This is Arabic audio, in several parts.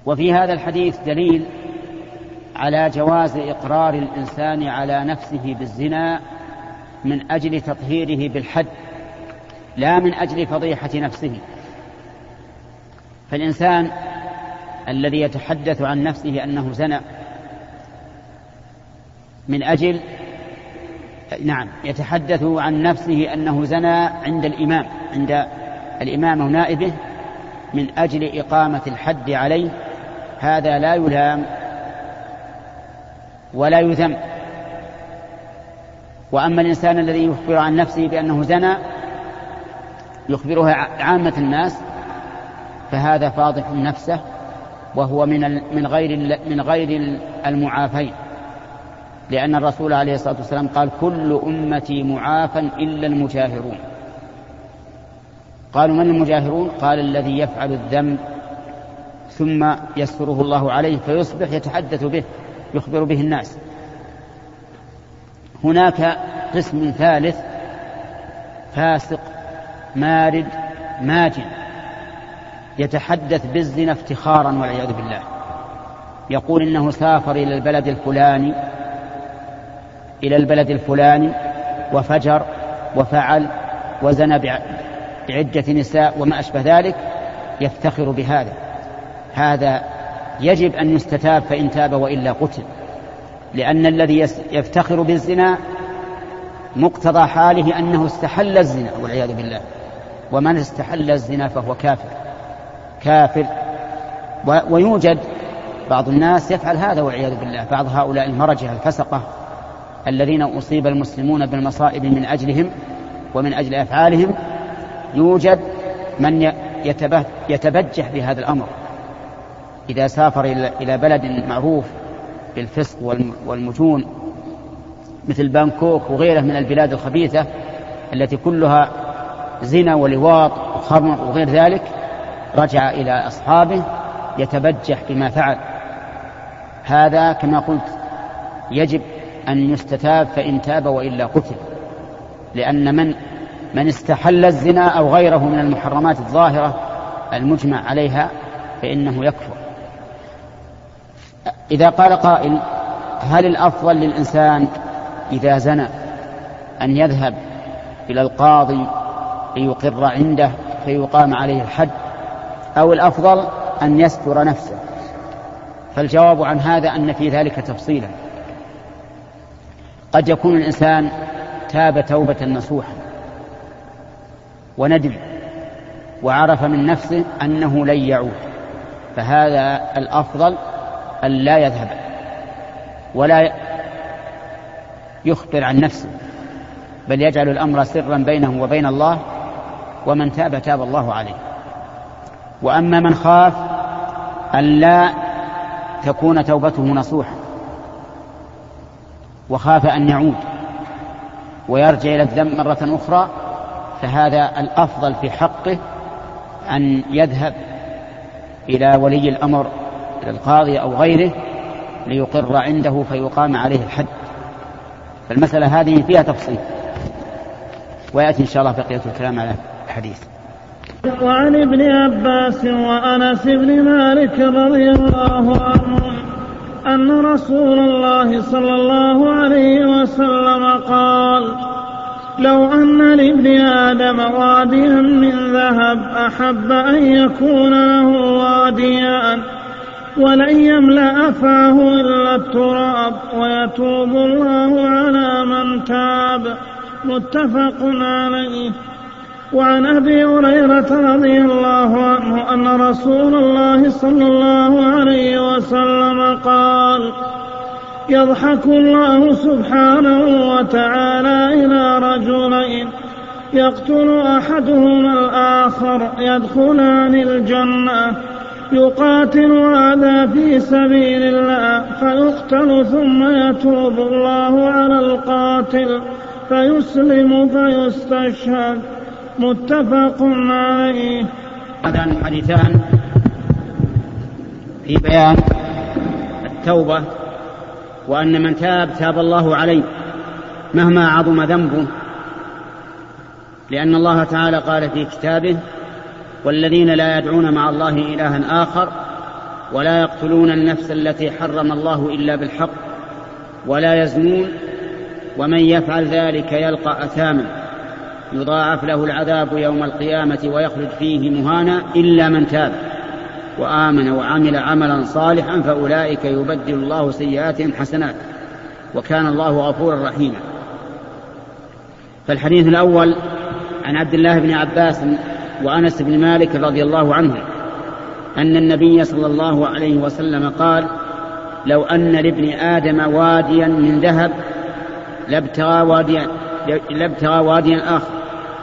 وفي هذا الحديث دليل على جواز إقرار الإنسان على نفسه بالزنا من أجل تطهيره بالحد، لا من أجل فضيحة نفسه. فالإنسان الذي يتحدث عن نفسه أنه زنى من أجل يتحدث عن نفسه أنه زنى عند الإمام ونائبه من أجل إقامة الحد عليه، هذا لا يلام ولا يذم. وأما الإنسان الذي يخبر عن نفسه بأنه زنى يخبرها عامة الناس فهذا فاضح نفسه، وهو من غير المعافين، لأن الرسول عليه الصلاة والسلام قال: كل أمتي معافى إلا المجاهرون. قالوا: من المجاهرون؟ قال: الذي يفعل الذنب ثم يستره الله عليه فيصبح يتحدث به يخبر به الناس. هناك قسم ثالث فاسق مارد ماجن يتحدث بالزنا افتخارا والعياذ بالله، يقول إنه سافر إلى البلد الفلاني وفجر وفعل وزنى بعدة نساء وما أشبه ذلك، يفتخر بهذا. هذا يجب أن يستتاب فإن تاب وإلا قتل، لأن الذي يفتخر بالزنا مقتضى حاله أنه استحل الزنا والعياذ بالله، ومن استحل الزنا فهو كافر. ويوجد بعض الناس يفعل هذا والعياذ بالله، بعض هؤلاء المرجة الفسقة الذين أصيب المسلمون بالمصائب من أجلهم ومن أجل أفعالهم، يوجد من يتبجح بهذا الأمر. إذا سافر إلى بلد معروف بالفسق والمجون مثل بانكوك وغيره من البلاد الخبيثة التي كلها زنا ولواط وخمر وغير ذلك، رجع إلى أصحابه يتبجح بما فعل. هذا كما قلت يجب أن يستتاب فإن تاب وإلا قتل، لأن من استحل الزنا أو غيره من المحرمات الظاهرة المجمع عليها فإنه يكفر. إذا قال قائل: هل الأفضل للإنسان إذا زنى أن يذهب إلى القاضي ليقر عنده فيقام عليه الحد، أو الأفضل أن يستر نفسه؟ فالجواب عن هذا أن في ذلك تفصيلا. قد يكون الإنسان تاب توبة نصوحا وندم وعرف من نفسه أنه لن يعود، فهذا الأفضل أن لا يذهب ولا يخبر عن نفسه، بل يجعل الأمر سرا بينه وبين الله، ومن تاب تاب الله عليه. وأما من خاف أن لا تكون توبته نصوحا وخاف أن يعود ويرجع إلى الذنب مرة أخرى، فهذا الأفضل في حقه أن يذهب إلى ولي الأمر، إلى القاضي أو غيره، ليقر عنده فيقام عليه الحد. فالمسألة هذه فيها تفصيل، ويأتي إن شاء الله بقية الكلام على الحديث. وعن ابن عباس وأنس بن مالك رضي الله عنهم أن رسول الله صلى الله عليه وسلم قال: لو أن لابن آدم واديا من ذهب أحب أن يكون له واديان ولن يملأ فاه إلا التراب ويتوب الله على من تاب. متفق عليه. وعن أبي هريرة رضي الله عنه أن رسول الله صلى الله عليه وسلم قال: يضحك الله سبحانه وتعالى إلى رجلين يقتل أحدهما الآخر يدخلان الجنة، يقاتل هذا في سبيل الله فيقتل ثم يتوب الله على القاتل فيسلم فيستشهد. متفق عليه. هذان الحديثان في بيان التوبة، وأن من تاب الله عليه مهما عظم ذنبه، لأن الله تعالى قال في كتابه: والذين لا يدعون مع الله إلها آخر ولا يقتلون النفس التي حرم الله إلا بالحق ولا يزنون ومن يفعل ذلك يلقى أثاما يضاعف له العذاب يوم القيامة ويخلد فيه مهانا إلا من تاب وآمن وعمل عملا صالحا فأولئك يبدل الله سيئاتهم حسنات وكان الله غفورا رحيما. فالحديث الأول عن عبد الله بن عباس وأنس بن مالك رضي الله عنه أن النبي صلى الله عليه وسلم قال: لو أن لابن آدم واديا من ذهب لابتغى واديا آخر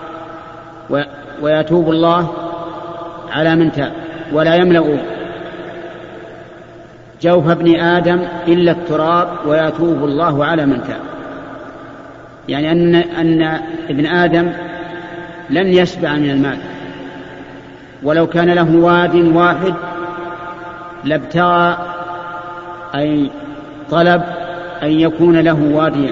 ويتوب الله على من تاب ولا يملأ جوف ابن آدم إلا التراب ويتوب الله على من تاب. يعني أن ابن آدم لن يشبع من المال، ولو كان له واد واحد لابتغى أي طلب أن يكون له واديا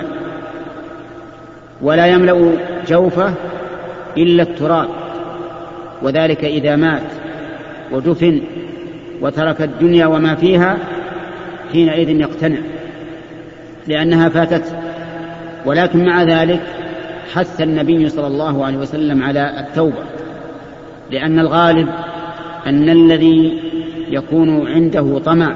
ولا يملأ جوفه إلا التراب، وذلك إذا مات ودفن وترك الدنيا وما فيها حينئذ يقتنع لأنها فاتت. ولكن مع ذلك حث النبي صلى الله عليه وسلم على التوبة، لأن الغالب أن الذي يكون عنده طمع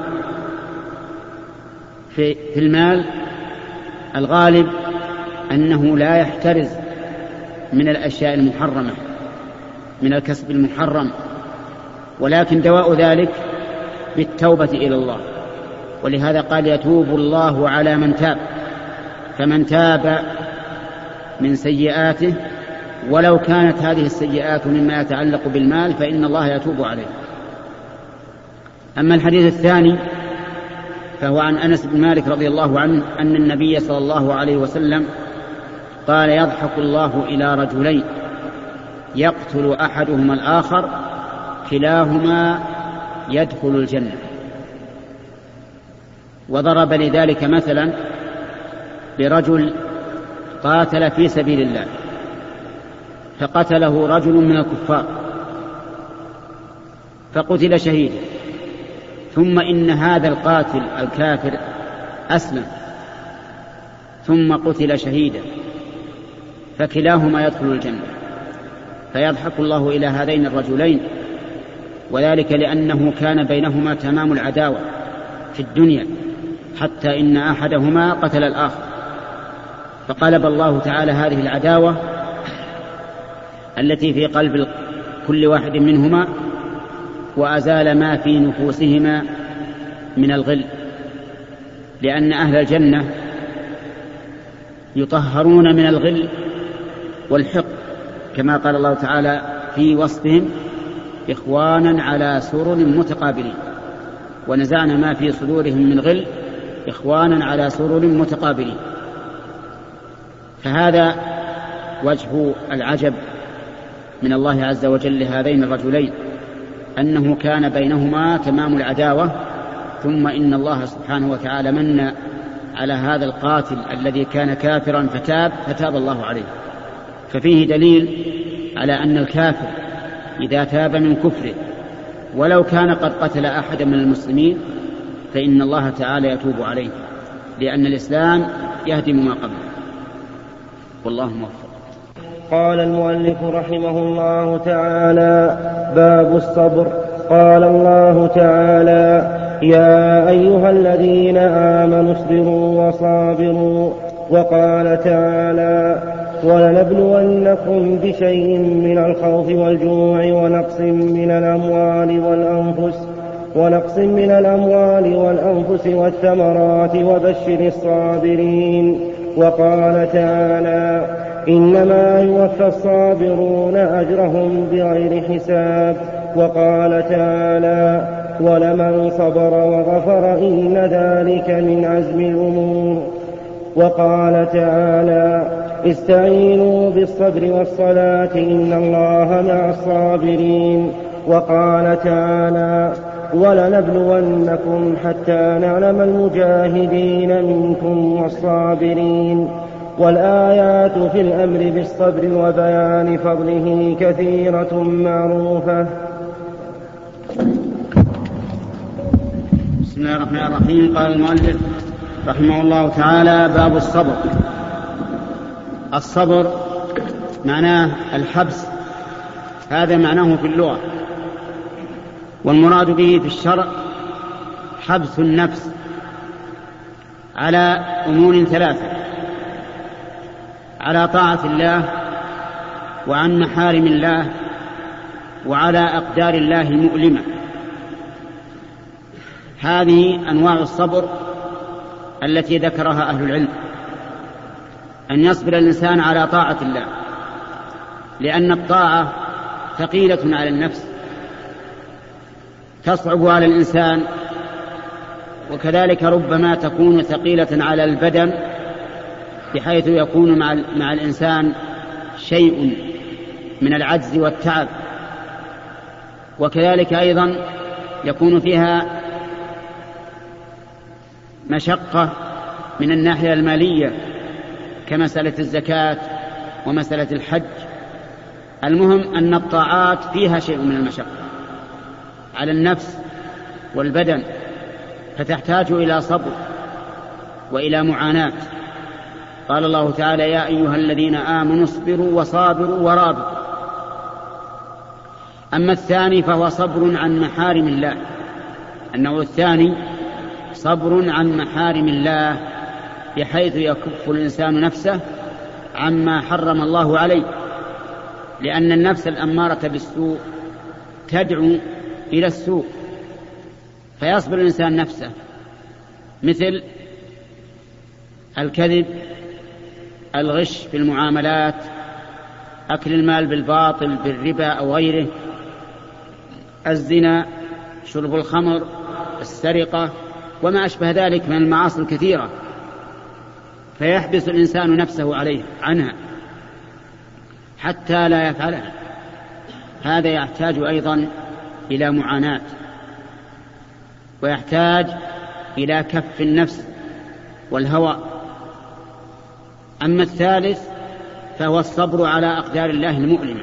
في المال الغالب أنه لا يحترز من الأشياء المحرمة من الكسب المحرم، ولكن دواء ذلك بالتوبة إلى الله. ولهذا قال: يتوب الله على من تاب. فمن تاب من سيئاته ولو كانت هذه السيئات مما يتعلق بالمال فإن الله يتوب عليه. أما الحديث الثاني فهو عن أنس بن مالك رضي الله عنه أن النبي صلى الله عليه وسلم قال: يضحك الله إلى رجلين يقتل أحدهما الآخر كلاهما يدخل الجنة. وضرب لذلك مثلا برجل قاتل في سبيل الله فقتله رجل من الكفار فقتل شهيدا، ثم إن هذا القاتل الكافر أسلم ثم قتل شهيدا، فكلاهما يدخل الجنة. فيضحك الله إلى هذين الرجلين، وذلك لأنه كان بينهما تمام العداوة في الدنيا حتى إن أحدهما قتل الآخر، فقلب الله تعالى هذه العداوة التي في قلب كل واحد منهما وأزال ما في نفوسهما من الغل، لأن أهل الجنة يطهرون من الغل والحقد كما قال الله تعالى في وصفهم: إخوانا على سرر متقابلين ونزعنا ما في صدورهم من غل إخوانا على سرر متقابلين. فهذا وجه العجب من الله عز وجل لهذين الرجلين، أنه كان بينهما تمام العداوة، ثم إن الله سبحانه وتعالى من على هذا القاتل الذي كان كافرا فتاب الله عليه. ففيه دليل على أن الكافر إذا تاب من كفره ولو كان قد قتل أحدا من المسلمين فإن الله تعالى يتوب عليه، لأن الإسلام يهدم ما قبله. والله موفق. قال المؤلف رحمه الله تعالى: باب الصبر. قال الله تعالى: يا أيها الذين آمنوا اصبروا وصابروا. وقال تعالى: ولنبلونكم بشيء من الخوف والجوع ونقص من الأموال والأنفس والثمرات وبشر الصابرين. وقال تعالى: إنما يوفى الصابرون أجرهم بغير حساب. وقال تعالى: ولمن صبر وغفر إن ذلك من عزم الأمور. وقال تعالى: استعينوا بالصبر والصلاة إن الله مع الصابرين. وقال تعالى: ولنبلونكم حتى نعلم المجاهدين منكم والصابرين. والآيات في الأمر بالصبر وبيان فضله كثيرة معروفة. بسم الله الرحمن الرحيم. قال المؤلف رحمه الله تعالى: باب الصبر. الصبر معناه الحبس، هذا معناه في اللغة، والمراد به في الشرع حبس النفس على أمور ثلاثة: على طاعة الله، وعن محارم الله، وعلى أقدار الله المؤلمة. هذه أنواع الصبر التي ذكرها أهل العلم: أن يصبر الإنسان على طاعة الله، لأن الطاعة ثقيلة على النفس، تصعب على الإنسان، وكذلك ربما تكون ثقيلة على البدن، بحيث يكون مع الإنسان شيء من العجز والتعب، وكذلك أيضا يكون فيها مشقة من الناحية المالية كمسألة الزكاة ومسألة الحج. المهم أن الطاعات فيها شيء من المشقة على النفس والبدن، فتحتاج إلى صبر وإلى معاناة. قال الله تعالى: يا أيها الذين آمنوا اصبروا وصابروا ورابطوا. أما الثاني فهو صبر عن محارم الله. النوع الثاني صبر عن محارم الله، بحيث يكف الإنسان نفسه عما حرم الله عليه، لأن النفس الأمارة بالسوء تدعو إلى السوء، فيصبر الإنسان نفسه، مثل الكذب، الغش في المعاملات، أكل المال بالباطل بالربا أو غيره، الزنا، شرب الخمر، السرقة، وما أشبه ذلك من المعاصي الكثيرة، فيحبس الإنسان نفسه عنها حتى لا يفعلها. هذا يحتاج أيضا إلى معاناة، ويحتاج إلى كف النفس والهوى. أما الثالث فهو الصبر على أقدار الله المؤلمة،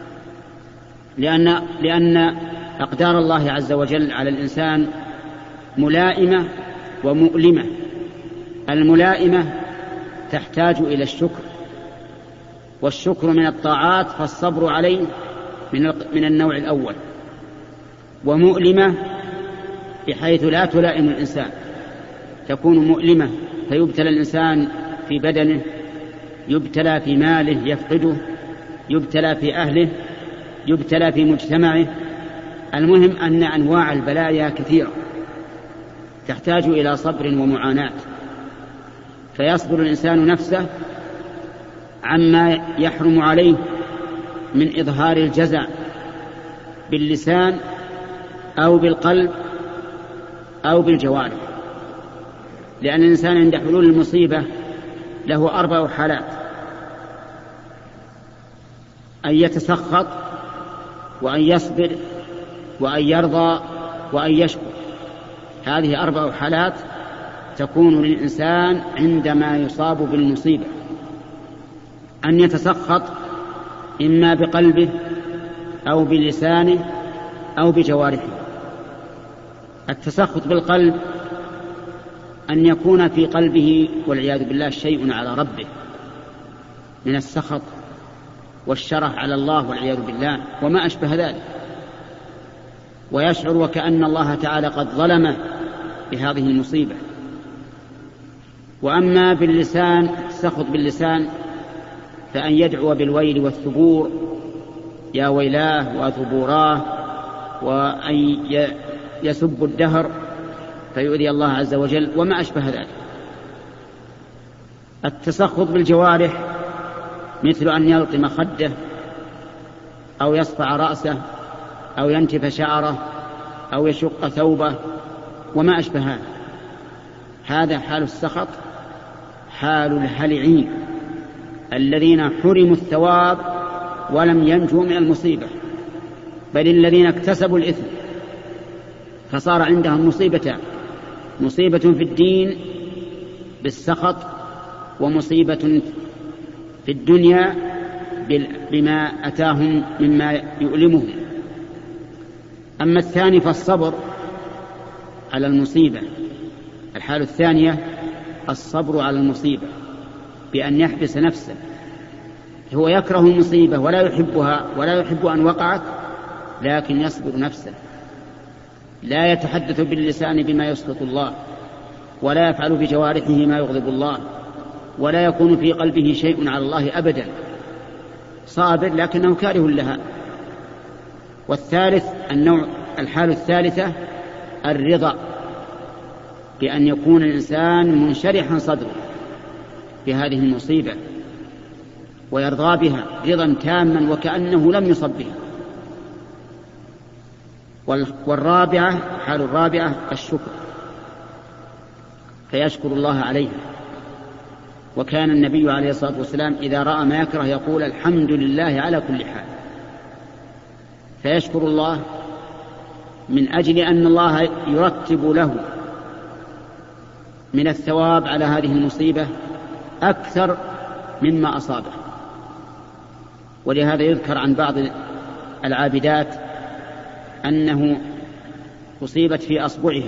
لأن أقدار الله عز وجل على الإنسان ملائمة ومؤلمة. الملائمة تحتاج إلى الشكر، والشكر من الطاعات، فالصبر عليه من النوع الأول. ومؤلمة بحيث لا تلائم الإنسان، تكون مؤلمة، فيبتلى الإنسان في بدنه، يبتلى في ماله يفقده، يبتلى في أهله، يبتلى في مجتمعه. المهم أن أنواع البلايا كثيرة تحتاج إلى صبر ومعاناة، فيصبر الإنسان نفسه عما يحرم عليه من إظهار الجزع باللسان أو بالقلب أو بالجوارح، لأن الإنسان عند حلول المصيبة له 4 حالات: أن يتسخط، وأن يصبر، وأن يرضى، وأن يشكر. هذه 4 حالات تكون للإنسان عندما يصاب بالمصيبة: أن يتسخط إما بقلبه أو بلسانه أو بجوارحه. التسخط بالقلب أن يكون في قلبه والعياذ بالله شيء على ربه من السخط والشره على الله والعياذ بالله وما أشبه ذلك، ويشعر وكأن الله تعالى قد ظلمه بهذه المصيبة. وأما باللسان، التسخط باللسان، فأن يدعو بالويل والثبور: يا ويلاه وثبوراه، وأن يسب الدهر فيؤذي الله عز وجل وما أشبه ذلك. التسخط بالجوارح مثل أن يلطم خده، أو يصفع رأسه، أو ينتف شعره، أو يشق ثوبه وما أشبه هذا. هذا حال السخط، حال الهلعين الذين حرموا الثواب ولم ينجوا من المصيبة، بل الذين اكتسبوا الإثم فصار عندهم مصيبتان: مصيبة في الدين بالسخط، ومصيبة في الدنيا بما أتاهم مما يؤلمهم. أما الثاني فالصبر على المصيبة. الحالة الثانية الصبر على المصيبة بأن يحبس نفسه، هو يكره المصيبة ولا يحبها ولا يحب أن وقعت، لكن يصبر نفسه، لا يتحدث باللسان بما يسخط الله، ولا يفعل بجوارحه ما يغضب الله، ولا يكون في قلبه شيء على الله أبدا، صابر لكنه كاره لها. والثالث الحالة الثالثة الرضا، بأن يكون الإنسان منشرحا صدره بهذه المصيبة ويرضى بها رضا تاما وكأنه لم يصب بها. والرابعة حال الرابعة الشكر، فيشكر الله عليها. وكان النبي عليه الصلاة والسلام إذا رأى ما يكره يقول الحمد لله على كل حال، فيشكر الله من أجل أن الله يرتب له من الثواب على هذه المصيبة أكثر مما أصابه. ولهذا يذكر عن بعض العابدات أنه أصيبت في أصبعها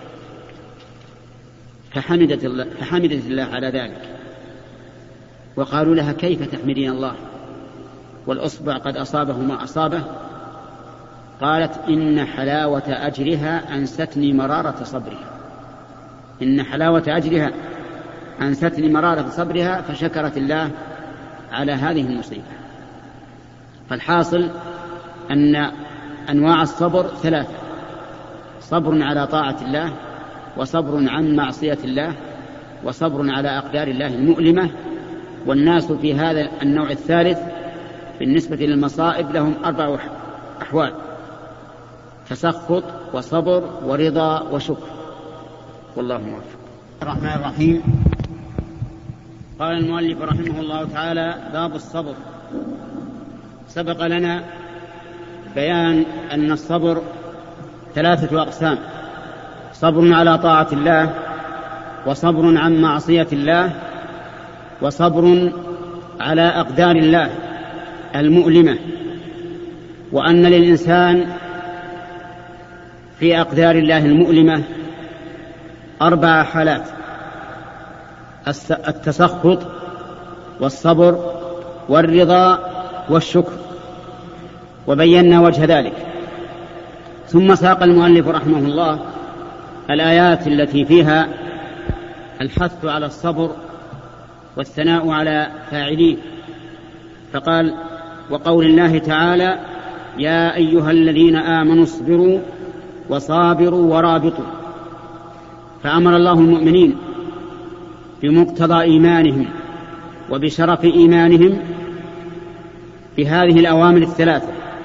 فحمدت الله على ذلك، وقالوا لها كيف تحمدين الله والأصبع قد أصابه ما أصابه؟ قالت إن حلاوة أجرها أنستني مرارة صبرها، إن حلاوة أجرها أنستني مرارة صبرها، فشكرت الله على هذه المصيبة. فالحاصل أن أنواع الصبر ثلاثة: صبر على طاعة الله، وصبر عن معصية الله، وصبر على أقدار الله المؤلمة. والناس في هذا النوع الثالث بالنسبة للمصائب لهم 4 أحوال: تسخط وصبر ورضا وشكر. والله موفق. الرحمن الرحيم. قال المؤلف رحمه الله تعالى: باب الصبر. سبق لنا بيان أن الصبر 3 أقسام: صبر على طاعة الله، وصبر عن معصية الله، وصبر على أقدار الله المؤلمة. وأن للإنسان في أقدار الله المؤلمة 4 حالات: التسخط والصبر والرضا والشكر، وبينا وجه ذلك. ثم ساق المؤلف رحمه الله الآيات التي فيها الحث على الصبر والثناء على فاعليه، فقال: وقول الله تعالى: يا أيها الذين آمنوا اصبروا وصابروا ورابطوا. فأمر الله المؤمنين بمقتضى إيمانهم وبشرف إيمانهم بهذه الأوامر 3،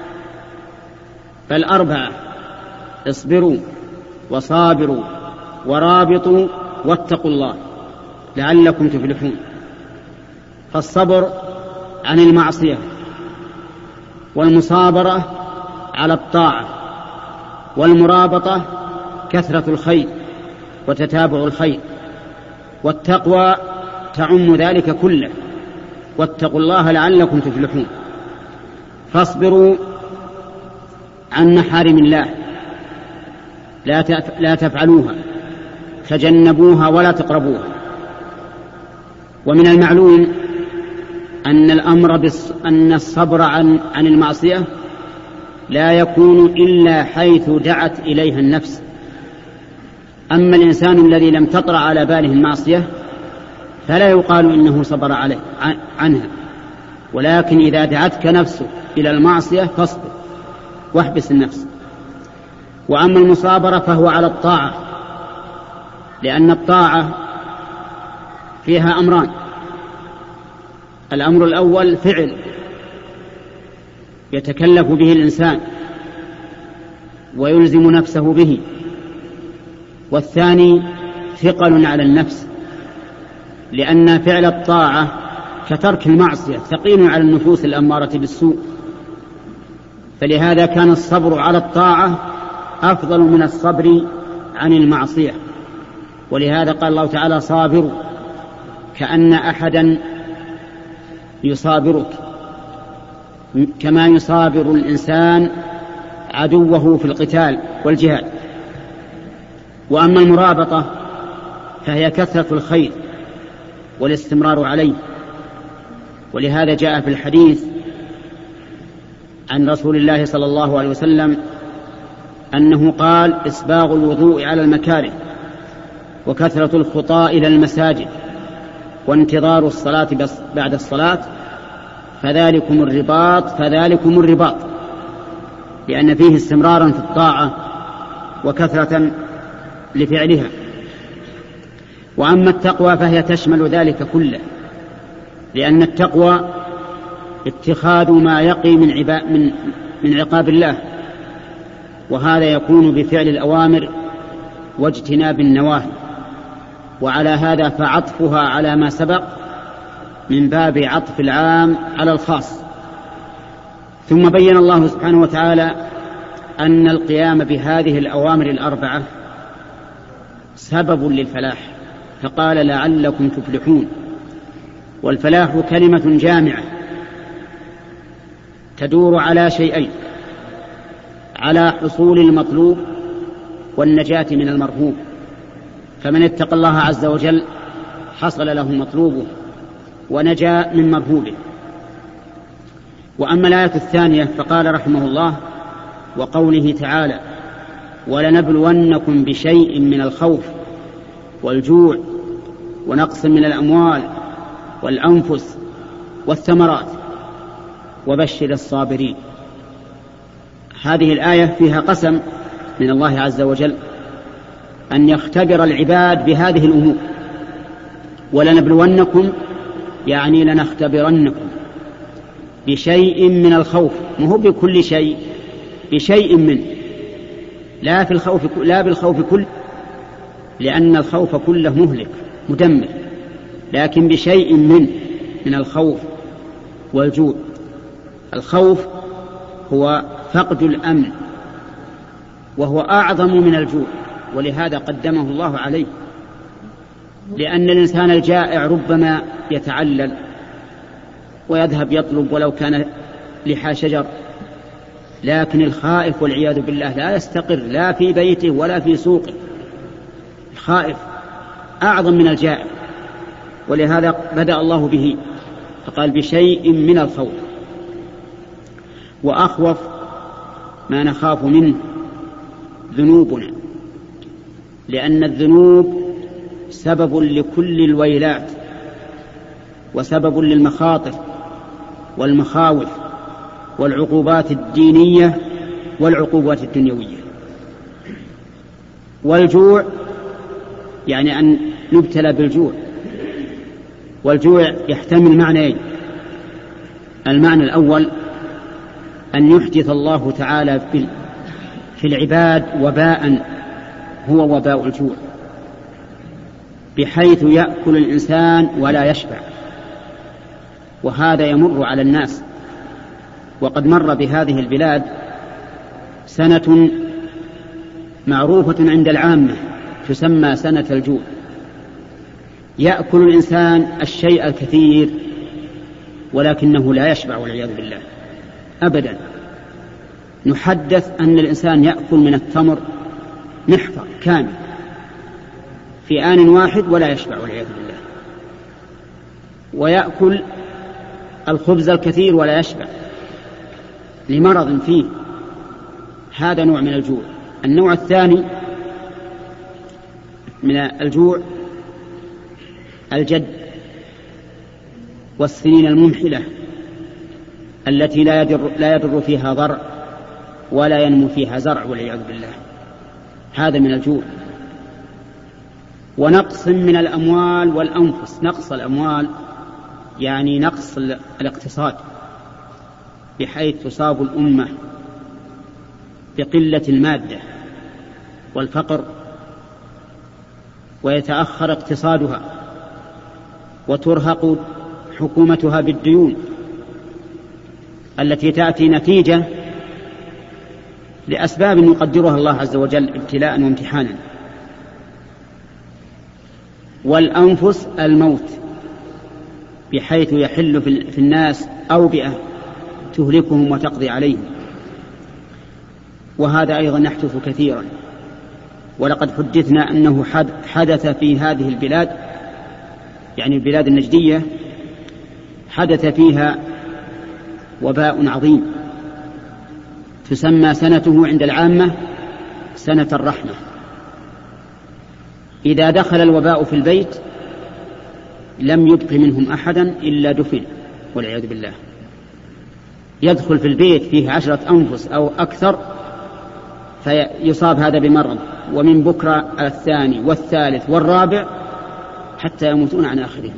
بل 4: اصبروا وصابروا ورابطوا واتقوا الله لعلكم تفلحون. فالصبر عن المعصية، والمصابرة على الطاعة، والمرابطة كثرة الخير وتتابع الخير، والتقوى تعم ذلك كله، واتقوا الله لعلكم تفلحون. فاصبروا عن محارم الله، لا تفعلوها، تجنبوها ولا تقربوها. ومن المعلوم أن الصبر عن المعصية لا يكون إلا حيث دعت إليها النفس. أما الإنسان الذي لم تطرأ على باله المعصية فلا يقال إنه صبر عنها، ولكن إذا دعتك نفسه إلى المعصية فاصبر واحبس النفس. وأما المصابرة فهو على الطاعة، لأن الطاعة فيها أمران: الأمر الأول فعل يتكلف به الإنسان ويلزم نفسه به، والثاني ثقل على النفس، لأن فعل الطاعة كترك المعصية ثقيل على النفوس الأمارة بالسوء. فلهذا كان الصبر على الطاعة أفضل من الصبر عن المعصية. ولهذا قال الله تعالى: صابروا، كأن أحدا يصابرك كما يصابر الإنسان عدوه في القتال والجهاد. وأما المرابطة فهي كثرة الخير والاستمرار عليه. ولهذا جاء في الحديث عن رسول الله صلى الله عليه وسلم أنه قال: إسباغ الوضوء على المكاره، وكثرة الخطى إلى المساجد، وانتظار الصلاة بعد الصلاة، فذلكم الرباط، لأن فيه استمرارا في الطاعة وكثرة لفعلها. وأما التقوى فهي تشمل ذلك كله، لأن التقوى اتخاذ ما يقي من عقاب الله، وهذا يكون بفعل الأوامر واجتناب النواهي. وعلى هذا فعطفها على ما سبق من باب عطف العام على الخاص. ثم بين الله سبحانه وتعالى أن القيام بهذه الأوامر الأربعة سبب للفلاح، فقال: لعلكم تفلحون. والفلاح كلمة جامعة تدور على شيئين: على حصول المطلوب والنجاة من المرهوب. فمن اتقى الله عز وجل حصل له مطلوبه ونجا من مرهوبه. وأما الآية الثانية فقال رحمه الله: وقوله تعالى: ولنبلونكم بشيء من الخوف والجوع ونقص من الأموال والأنفس والثمرات وبشر الصابرين. هذه الآية فيها قسم من الله عز وجل أن يختبر العباد بهذه الأمور. ولنبلونكم يعني لنختبرنكم بشيء من الخوف، مو بكل شيء، بشيء منه، لا بالخوف كله، لأن الخوف كله مهلك مدمر، لكن بشيء من الخوف والجوع. الخوف هو فقد الأمن، وهو أعظم من الجوع، ولهذا قدمه الله عليه، لأن الإنسان الجائع ربما يتعلل ويذهب يطلب ولو كان لحى شجر، لكن الخائف والعياذ بالله لا يستقر لا في بيته ولا في سوقه. الخائف أعظم من الجائع، ولهذا بدأ الله به فقال: بشيء من الخوف. وأخوف ما نخاف منه ذنوبنا، لأن الذنوب سبب لكل الويلات وسبب للمخاطر والمخاوف والعقوبات الدينية والعقوبات الدنيوية. والجوع يعني أن نبتلى بالجوع، والجوع يحتمل معنيين: المعنى الأول أن يحدث الله تعالى في العباد وباء هو وباء الجوع، بحيث يأكل الإنسان ولا يشبع، وهذا يمر على الناس. وقد مر بهذه البلاد سنة معروفة عند العامة تسمى سنة الجوع، يأكل الإنسان الشيء الكثير ولكنه لا يشبع والعياذ بالله أبدا. نحدث أن الإنسان يأكل من التمر محفر كامل في آن واحد ولا يشبع والعياذ بالله، ويأكل الخبز الكثير ولا يشبع لمرض فيه. هذا نوع من الجوع. النوع الثاني من الجوع الجد والسنين الممحلة التي لا يضر فيها ضرع ولا ينمو فيها زرع والعياذ بالله، هذا من الجوع. ونقص من الأموال والأنفس. نقص الأموال يعني نقص الاقتصاد، بحيث تصاب الأمة بقلة المادة والفقر، ويتأخر اقتصادها، وترهق حكومتها بالديون التي تأتي نتيجة لأسباب يقدرها الله عز وجل ابتلاء وامتحانا. والأنفس الموت، بحيث يحل في الناس أوبئة تهلكهم وتقضي عليهم، وهذا أيضا يحدث كثيرا. ولقد حدثنا أنه حدث في هذه البلاد، يعني البلاد النجدية، حدث فيها وباء عظيم تسمى سنته عند العامة سنة الرحمة. إذا دخل الوباء في البيت لم يبق منهم أحدا إلا دفن والعياذ بالله. يدخل في البيت فيه 10 أنفس أو أكثر فيصاب هذا بمرض، ومن بكرة الثاني والثالث والرابع حتى يموتون عن آخرهم.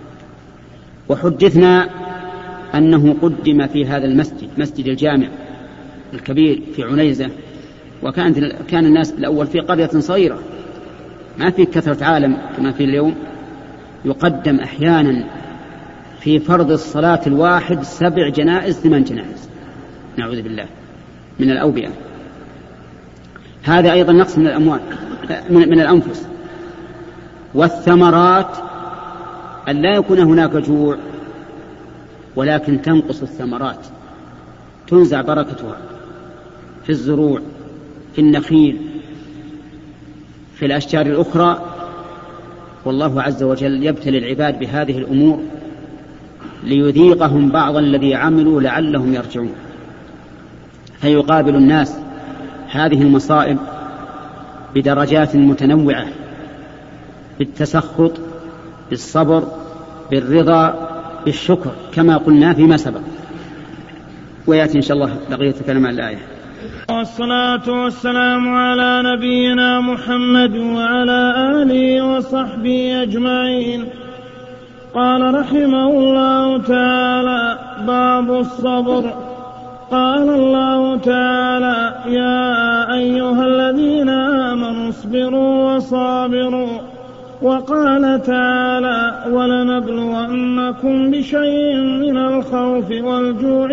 وحدثنا أنه قدم في هذا المسجد، مسجد الجامع الكبير في عنيزة، كان الناس الأول في قرية صغيرة ما في كثرة عالم كما في اليوم، يقدم أحيانا في فرض الصلاة الواحد 7 جنائز 8 جنائز، نعوذ بالله من الأوبئة. هذا أيضا نقص من الأموال من الأنفس. والثمرات أن لا يكون هناك جوع ولكن تنقص الثمرات، تنزع بركتها في الزروع، في النخيل، في الأشجار الأخرى. والله عز وجل يبتلي العباد بهذه الأمور ليذيقهم بعض الذي عملوا لعلهم يرجعون. فيقابل الناس هذه المصائب بدرجات متنوعة، بالتسخط، بالصبر، بالرضا، بالشكر، كما قلنا فيما سبق. ويأتي إن شاء الله بقية كلام الآية. والصلاة والسلام على نبينا محمد وعلى آله وصحبه أجمعين. قال رحمه الله تعالى: باب الصبر. قال الله تعالى: يا أيها الذين آمنوا اصبروا وصابروا. وقال تعالى: ولنبلونكم بشيء من الخوف والجوع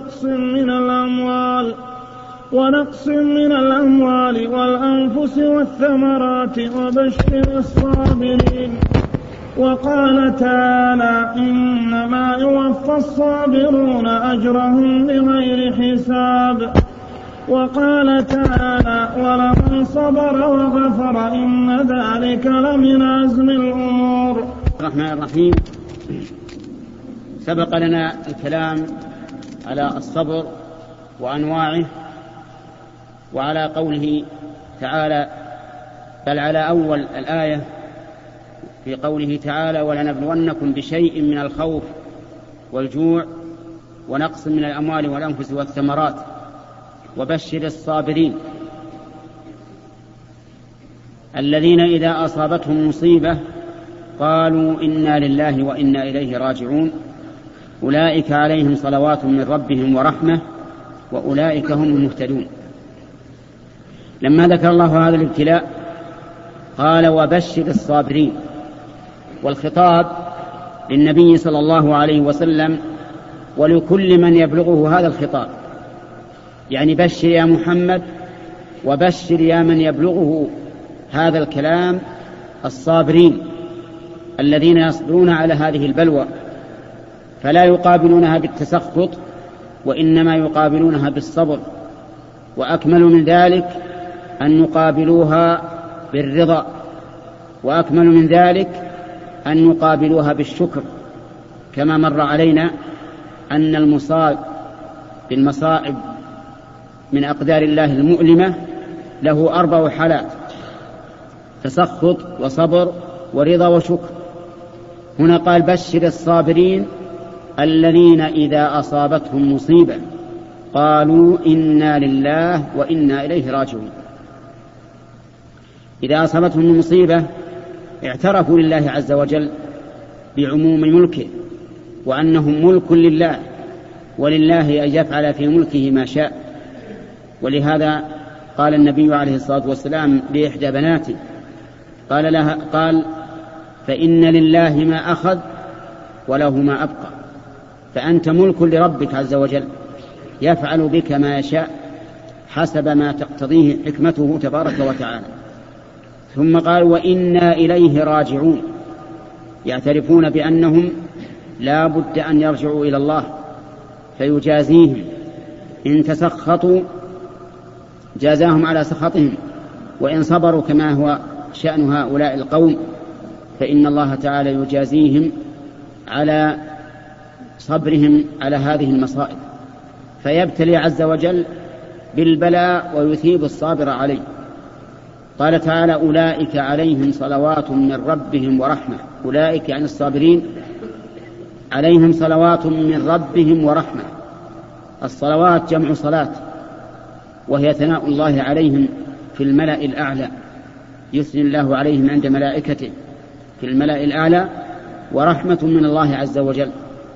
ونقص من الأموال والأنفس والثمرات وبشر الصابرين. وقال تعالى: إنما يوفى الصابرون أجرهم بغير حساب. وقال تعالى: ولمن صبر وغفر إن ذلك لمن عزم الأمور. الرحمن الرحيم. سبق لنا الكلام على الصبر وأنواعه، وعلى قوله تعالى، بل على أول الآية في قوله تعالى: ولنبلونكم بشيء من الخوف والجوع ونقص من الأموال والأنفس والثمرات وبشر الصابرين الذين إذا أصابتهم مصيبة قالوا إنا لله وإنا إليه راجعون أولئك عليهم صلوات من ربهم ورحمة وأولئك هم المهتدون. لما ذكر الله هذا الابتلاء قال: وبشر الصابرين. والخطاب للنبي صلى الله عليه وسلم ولكل من يبلغه هذا الخطاب، يعني بشر يا محمد وبشر يا من يبلغه هذا الكلام الصابرين الذين يصبرون على هذه البلوى، فلا يقابلونها بالتسخط وإنما يقابلونها بالصبر، وأكمل من ذلك أن نقابلوها بالرضا، وأكمل من ذلك أن نقابلوها بالشكر، كما مر علينا أن المصاب بالمصائب من أقدار الله المؤلمة له 4 حالات: تسخط وصبر ورضا وشكر. هنا قال: بشر الصابرين الذين إذا أصابتهم مصيبة قالوا إنا لله وإنا إليه راجعون. إذا أصابتهم المصيبة اعترفوا لله عز وجل بعموم ملكه وأنهم ملك لله، ولله أن يفعل في ملكه ما شاء. ولهذا قال النبي عليه الصلاة والسلام لإحدى بناته قال: فإن لله ما أخذ وله ما أبقى، فأنت ملك لربك عز وجل يفعل بك ما يشاء حسب ما تقتضيه حكمته تبارك وتعالى. ثم قال: وإنا إليه راجعون، يعترفون بأنهم لا بد أن يرجعوا إلى الله فيجازيهم. إن تسخطوا جازاهم على سخطهم، وإن صبروا كما هو شأن هؤلاء القوم فإن الله تعالى يجازيهم على صبرهم على هذه المصائب، فيبتلي عز وجل بالبلاء ويثيب الصابر عليه. قال تعالى: أولئك عليهم صلوات من ربهم ورحمة. أولئك يعني الصابرين عليهم صلوات من ربهم ورحمة. الصلوات جمع صلاة، وهي ثناء الله عليهم في الملأ الأعلى، يثني الله عليهم عند ملائكته في الملأ الأعلى، ورحمة من الله عز وجل.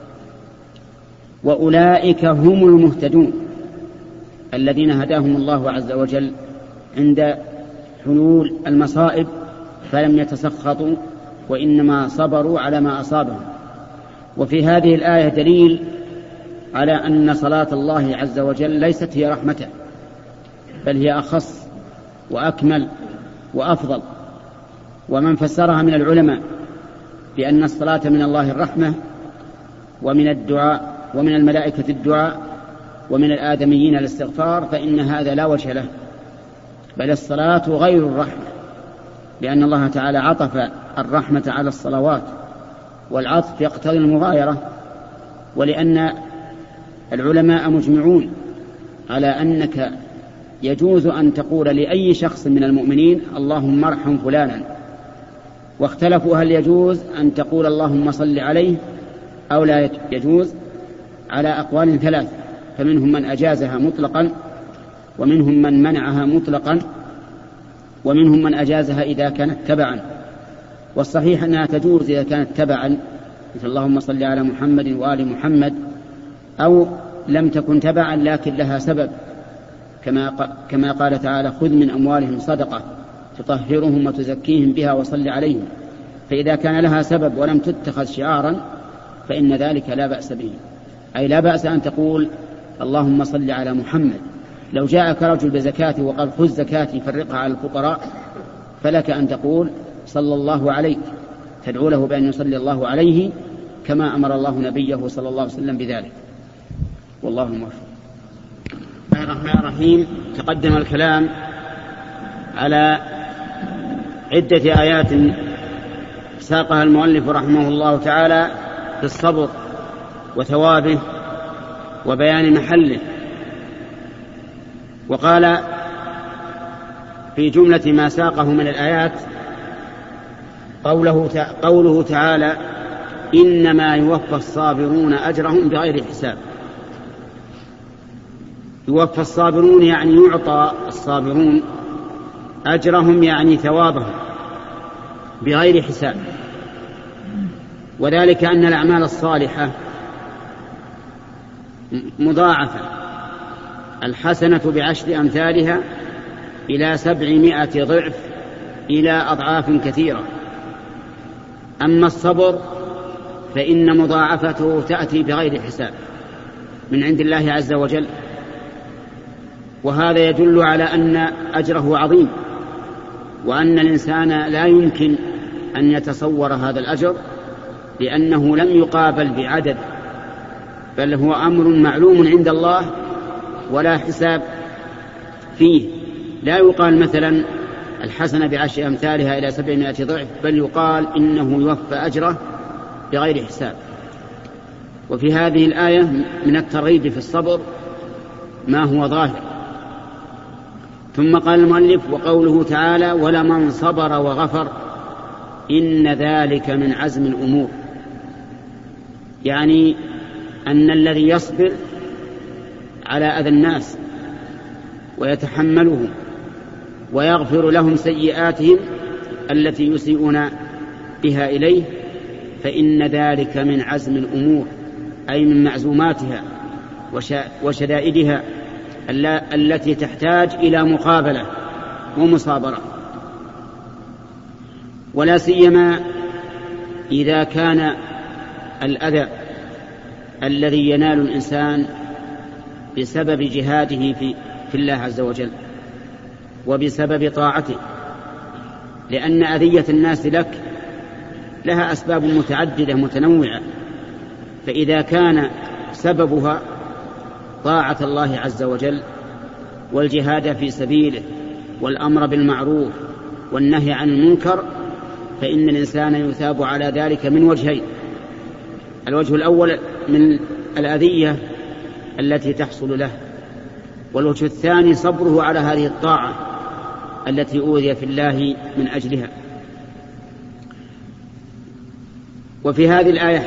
وأولئك هم المهتدون الذين هداهم الله عز وجل عند حلول المصائب فلم يتسخطوا وإنما صبروا على ما أصابهم. وفي هذه الآية دليل على أن صلاة الله عز وجل ليست هي رحمته، بل هي أخص وأكمل وأفضل. ومن فسرها من العلماء بأن الصلاة من الله الرحمة، ومن الدعاء ومن الملائكة الدعاء، ومن الآدميين الاستغفار، فإن هذا لا وجه له، بل الصلاة غير الرحمة، لأن الله تعالى عطف الرحمة على الصلوات، والعطف يقتضي المغايرة. ولأن العلماء مجمعون على أنك يجوز أن تقول لأي شخص من المؤمنين: اللهم ارحم فلانا، واختلفوا هل يجوز أن تقول اللهم صل عليه أو لا يجوز، على أقوال ثلاث، فمنهم من أجازها مطلقا، ومنهم من منعها مطلقا، ومنهم من أجازها إذا كانت تبعا. والصحيح أنها تجوز إذا كانت تبعا، مثل اللهم صل على محمد وآل محمد، أو لم تكن تبعا لكن لها سبب، كما قال تعالى: خذ من أموالهم صدقة تطهرهم وتزكيهم بها وصل عليهم. فإذا كان لها سبب ولم تتخذ شعارا فإن ذلك لا بأس به، أي لا بأس أن تقول اللهم صل على محمد. لو جاءك رجل بزكاة وقال: خذ زكاتي فرقها على الفقراء، فلك أن تقول صلى الله عليك، تدعو له بأن يصلي الله عليه كما أمر الله نبيه صلى الله عليه وسلم بذلك. والله الموفق. بسم الله الرحمن الرحيم. تقدم الكلام على عدة آيات ساقها المؤلف رحمه الله تعالى في الصبر وثوابه وبيان محله. وقال في جملة ما ساقه من الآيات قوله تعالى: إنما يوفى الصابرون أجرهم بغير حساب. يوفى الصابرون يعني يعطى الصابرون أجرهم، يعني ثوابهم، بغير حساب. وذلك أن الأعمال الصالحة مضاعفة، الحسنة ب10 أمثالها إلى 700 ضعف إلى أضعاف كثيرة. أما الصبر فإن مضاعفته تأتي بغير حساب من عند الله عز وجل، وهذا يدل على أن أجره عظيم، وأن الإنسان لا يمكن أن يتصور هذا الأجر، لأنه لم يقابل بعدد، بل هو أمر معلوم عند الله ولا حساب فيه. لا يقال مثلا الحسنة ب10 أمثالها إلى 700 ضعف، بل يقال إنه يوفى أجره بغير حساب. وفي هذه الآية من الترغيب في الصبر ما هو ظاهر. ثم قال المؤلف: وقوله تعالى: ولمن صبر وغفر إن ذلك من عزم الأمور. يعني أن الذي يصبر على أذى الناس ويتحمله ويغفر لهم سيئاتهم التي يسيئون بها إليه، فإن ذلك من عزم الأمور، أي من معزوماتها وشدائدها التي تحتاج إلى مقابلة ومصابرة، ولا سيما إذا كان الأذى الذي ينال الإنسان بسبب جهاده في الله عز وجل وبسبب طاعته، لأن أذية الناس لك لها أسباب متعددة متنوعة، فإذا كان سببها طاعة الله عز وجل والجهاد في سبيله والأمر بالمعروف والنهي عن المنكر، فإن الإنسان يثاب على ذلك من وجهين: الوجه الأول من الأذية التي تحصل له، والوجه الثاني صبره على هذه الطاعة التي أوذي في الله من أجلها. وفي هذه الآية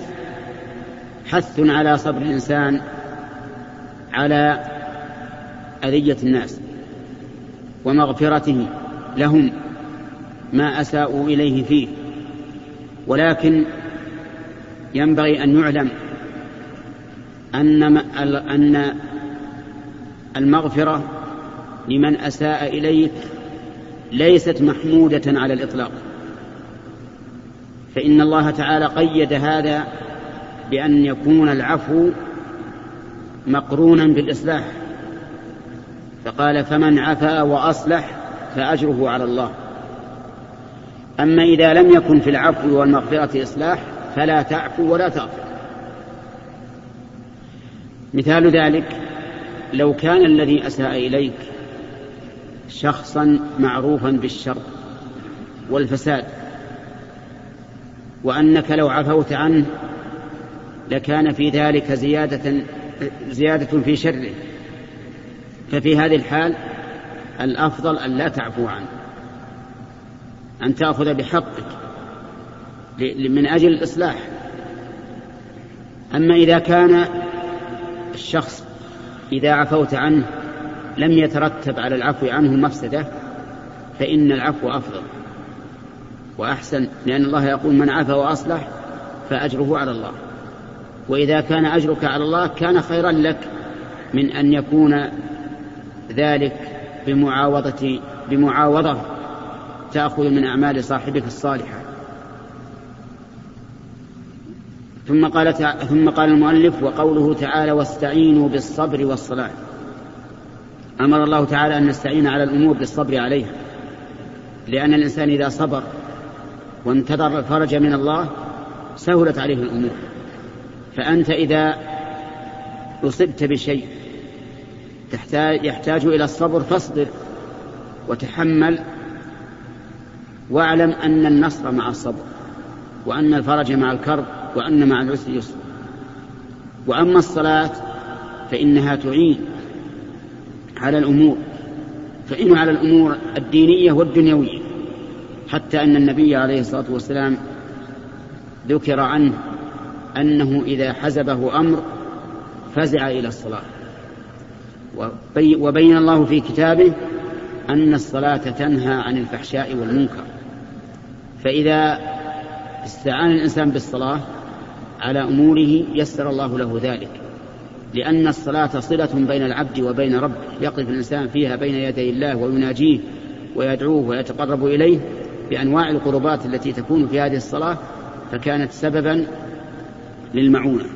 حث على صبر الإنسان على أذية الناس ومغفرته لهم ما أساءوا إليه فيه، ولكن ينبغي أن يعلم أن المغفرة لمن أساء إليك ليست محمودة على الإطلاق، فإن الله تعالى قيد هذا بأن يكون العفو مقرونا بالإصلاح، فقال: فمن عفا وأصلح فأجره على الله. أما إذا لم يكن في العفو والمغفرة إصلاح فلا تعفو ولا تغفر. مثال ذلك: لو كان الذي أساء إليك شخصا معروفا بالشر والفساد، وأنك لو عفوت عنه لكان في ذلك زيادة في شره، ففي هذه الحال الأفضل أن لا تعفو عنه، أن تأخذ بحقك من أجل الإصلاح. أما إذا كان الشخص إذا عفوت عنه لم يترتب على العفو عنه مفسدة، فإن العفو أفضل وأحسن، لأن الله يقول: من عفا وأصلح فأجره على الله. وإذا كان أجرك على الله كان خيرا لك من أن يكون ذلك بمعاوضة تأخذ من أعمال صاحبك الصالحة. ثم قال المؤلف: وقوله تعالى: واستعينوا بالصبر والصلاة. أمر الله تعالى أن نستعين على الأمور بالصبر عليها، لأن الإنسان إذا صبر وانتظر الفرج من الله سهلت عليه الأمور. فأنت إذا أصبت بشيء يحتاج إلى الصبر فاصبر وتحمل، واعلم أن النصر مع الصبر، وأن الفرج مع الكرب، وأن مع العسر يسر. وأما الصلاة فإنها تعين على الأمور الدينية والدنيوية، حتى أن النبي عليه الصلاة والسلام ذكر عنه أنه إذا حزبه أمر فزع إلى الصلاة. وبين الله في كتابه أن الصلاة تنهى عن الفحشاء والمنكر. فإذا استعان الإنسان بالصلاة على أموره يسر الله له ذلك، لأن الصلاة صلة بين العبد وبين ربه، يقف الإنسان فيها بين يدي الله ويناجيه ويدعوه ويتقرب إليه بأنواع القربات التي تكون في هذه الصلاة، فكانت سببا للمعونة.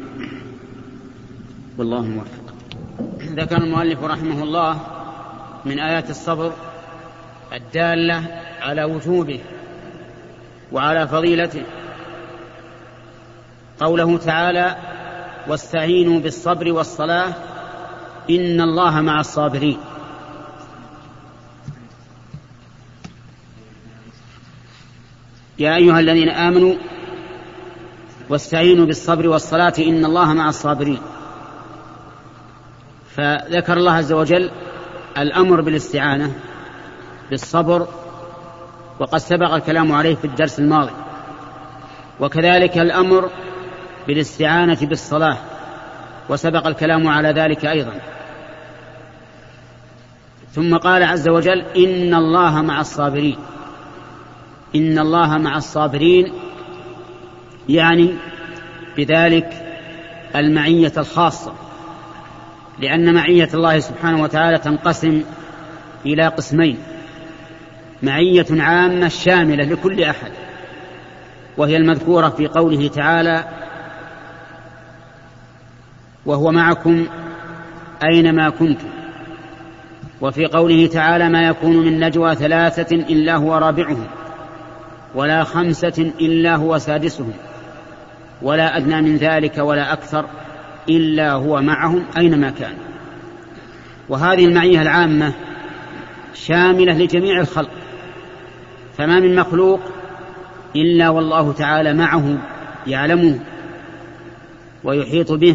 والله موفق. ذكر المؤلف رحمه الله من آيات الصبر الدالة على وجوبه وعلى فضيلته قوله تعالى: واستعينوا بالصبر والصلاة إن الله مع الصابرين. يا أيها الذين آمنوا واستعينوا بالصبر والصلاة إن الله مع الصابرين. فذكر الله عز وجل الأمر بالاستعانة بالصبر، وقد سبق الكلام عليه في الدرس الماضي، وكذلك الأمر بالاستعانة بالصلاة، وسبق الكلام على ذلك أيضا. ثم قال عز وجل: إن الله مع الصابرين. إن الله مع الصابرين يعني بذلك المعية الخاصة، لأن معية الله سبحانه وتعالى تنقسم إلى قسمين: معية عامة شاملة لكل أحد، وهي المذكورة في قوله تعالى: وهو معكم أينما كنتم. وفي قوله تعالى: ما يكون من نجوى 3 إلا هو رابعهم، ولا 5 إلا هو سادسهم، ولا أدنى من ذلك ولا أكثر إلا هو معهم أينما كان. وهذه المعية العامة شاملة لجميع الخلق، فما من مخلوق إلا والله تعالى معه يعلمه ويحيط به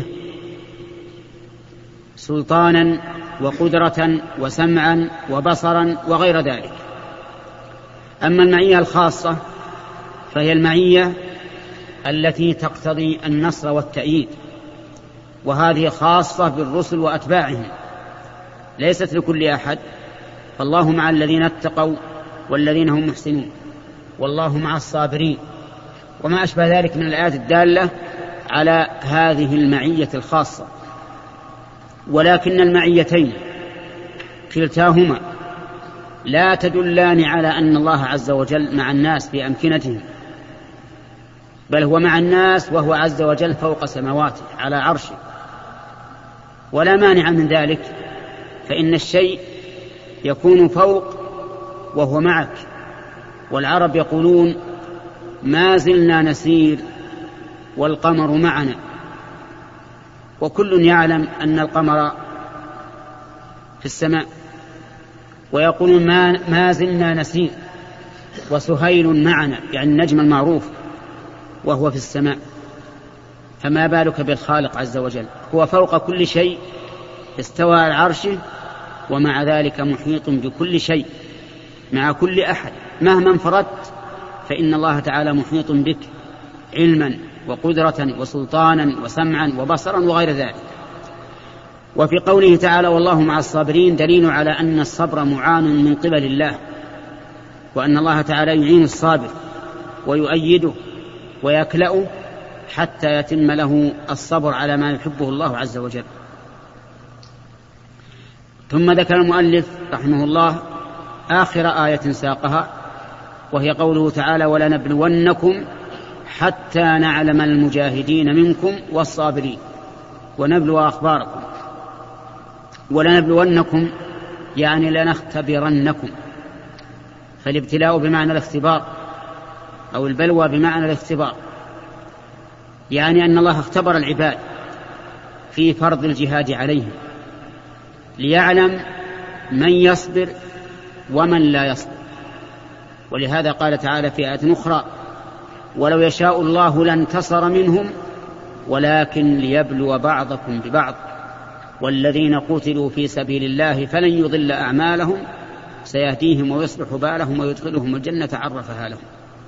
سلطانا وقدرة وسمعا وبصرا وغير ذلك. أما المعية الخاصة فهي المعية التي تقتضي النصر والتأييد، وهذه خاصة بالرسل وأتباعهم ليست لكل أحد، فالله مع الذين اتقوا والذين هم محسنون، والله مع الصابرين، وما أشبه ذلك من الآيات الدالة على هذه المعية الخاصة. ولكن المعيتين كلتاهما لا تدلان على أن الله عز وجل مع الناس في أمكنتهم، بل هو مع الناس وهو عز وجل فوق سماواته على عرشه، ولا مانع من ذلك، فإن الشيء يكون فوق وهو معك. والعرب يقولون ما زلنا نسير والقمر معنا، وكل يعلم أن القمر في السماء، ويقولون ما زلنا نسير وسهيل معنا، يعني النجم المعروف وهو في السماء، فما بالك بالخالق عز وجل؟ هو فوق كل شيء، استوى على عرشه، ومع ذلك محيط بكل شيء مع كل أحد. مهما انفردت فإن الله تعالى محيط بك علما وقدرة وسلطانا وسمعا وبصرا وغير ذلك. وفي قوله تعالى والله مع الصابرين دليل على أن الصبر معان من قبل الله، وأن الله تعالى يعين الصابر ويؤيده ويكلأه حتى يتم له الصبر على ما يحبه الله عز وجل. ثم ذكر المؤلف رحمه الله آخر آية ساقها، وهي قوله تعالى ولنبلونكم حتى نعلم المجاهدين منكم والصابرين ونبلو أخباركم. ولنبلونكم يعني لنختبرنكم، فالابتلاء بمعنى الاختبار أو البلوى بمعنى الاختبار، يعني أن الله اختبر العباد في فرض الجهاد عليهم ليعلم من يصبر ومن لا يصبر. ولهذا قال تعالى في آية أخرى ولو يشاء الله لانتصر منهم ولكن ليبلو بعضكم ببعض والذين قتلوا في سبيل الله فلن يضل أعمالهم سيهديهم ويصلح بالهم ويدخلهم الجنة عرفها لهم.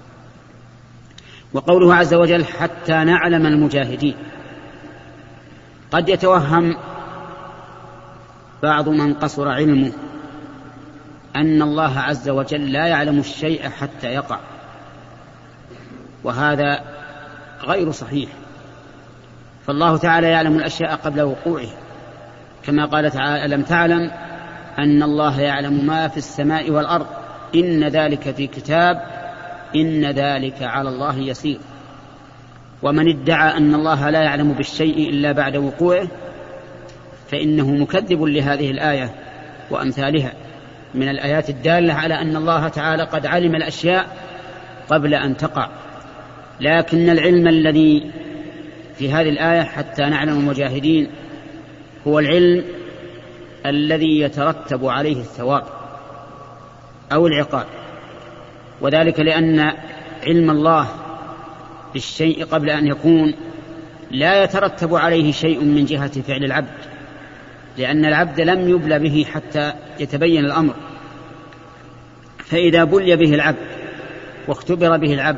وقوله عز وجل حتى نعلم المجاهدين، قد يتوهم بعض من قصر علمه أن الله عز وجل لا يعلم الشيء حتى يقع، وهذا غير صحيح، فالله تعالى يعلم الأشياء قبل وقوعها، كما قال تعالى ألم تعلم أن الله يعلم ما في السماء والأرض إن ذلك في كتاب إن ذلك على الله يسير. ومن ادعى أن الله لا يعلم بالشيء إلا بعد وقوعه فإنه مكذب لهذه الآية وأمثالها من الآيات الدالة على أن الله تعالى قد علم الأشياء قبل أن تقع. لكن العلم الذي في هذه الآية حتى نعلم المجاهدين هو العلم الذي يترتب عليه الثواب أو العقاب، وذلك لأن علم الله بالشيء قبل أن يكون لا يترتب عليه شيء من جهة فعل العبد، لأن العبد لم يبلى به حتى يتبين الأمر، فإذا بلي به العبد واختبر به العبد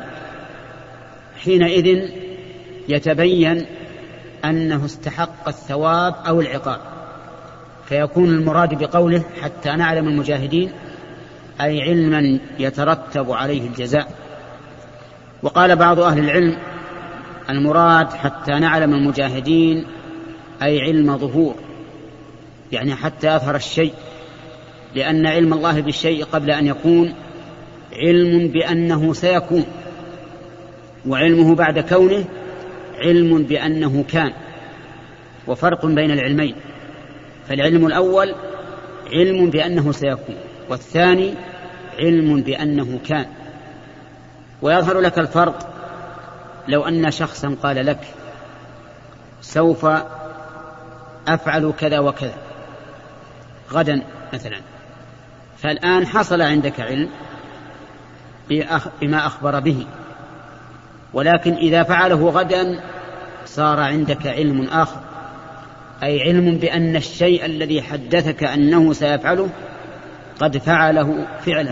حينئذ يتبين أنه استحق الثواب أو العقاب، فيكون المراد بقوله حتى نعلم المجاهدين أي علما يترتب عليه الجزاء. وقال بعض أهل العلم المراد حتى نعلم المجاهدين أي علم ظهور، يعني حتى يظهر الشيء، لأن علم الله بالشيء قبل أن يكون علم بأنه سيكون، وعلمه بعد كونه علم بأنه كان، وفرق بين العلمين، فالعلم الأول علم بأنه سيكون، والثاني علم بأنه كان. ويظهر لك الفرق لو أن شخصا قال لك سوف أفعل كذا وكذا غدا مثلا، فالآن حصل عندك علم بما أخبر به، ولكن إذا فعله غدا صار عندك علم آخر، أي علم بأن الشيء الذي حدثك أنه سيفعله قد فعله فعلا.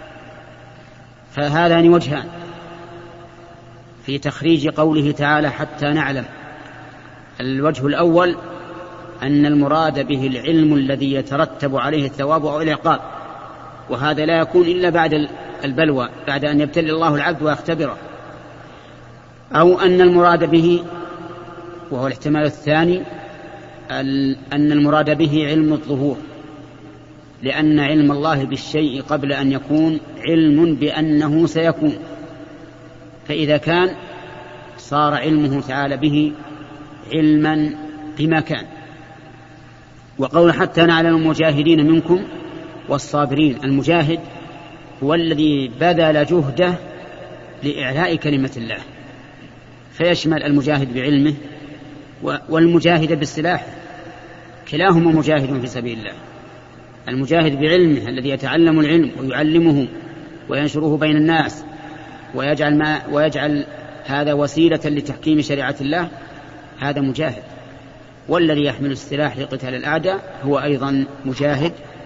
فهذان وجهان في تخريج قوله تعالى حتى نعلم. الوجه الأول أن المراد به العلم الذي يترتب عليه الثواب أو العقاب، وهذا لا يكون إلا بعد البلوى، بعد أن يبتلي الله العبد ويختبره. أو أن المراد به، وهو الاحتمال الثاني، أن المراد به علم الظهور، لأن علم الله بالشيء قبل أن يكون علم بأنه سيكون، فإذا كان صار علمه تعالى به علما بما كان. وقول حتى نعلم المجاهدين منكم والصابرين، المجاهد هو الذي بذل جهده لإعلاء كلمة الله، فيشمل المجاهد بعلمه والمجاهد بالسلاح، كلاهما مجاهد في سبيل الله. المجاهد بعلمه الذي يتعلم العلم ويعلمه وينشره بين الناس ويجعل هذا وسيلة لتحكيم شريعة الله، هذا مجاهد. والذي يحمل السلاح لقتال الأعداء هو أيضا مجاهد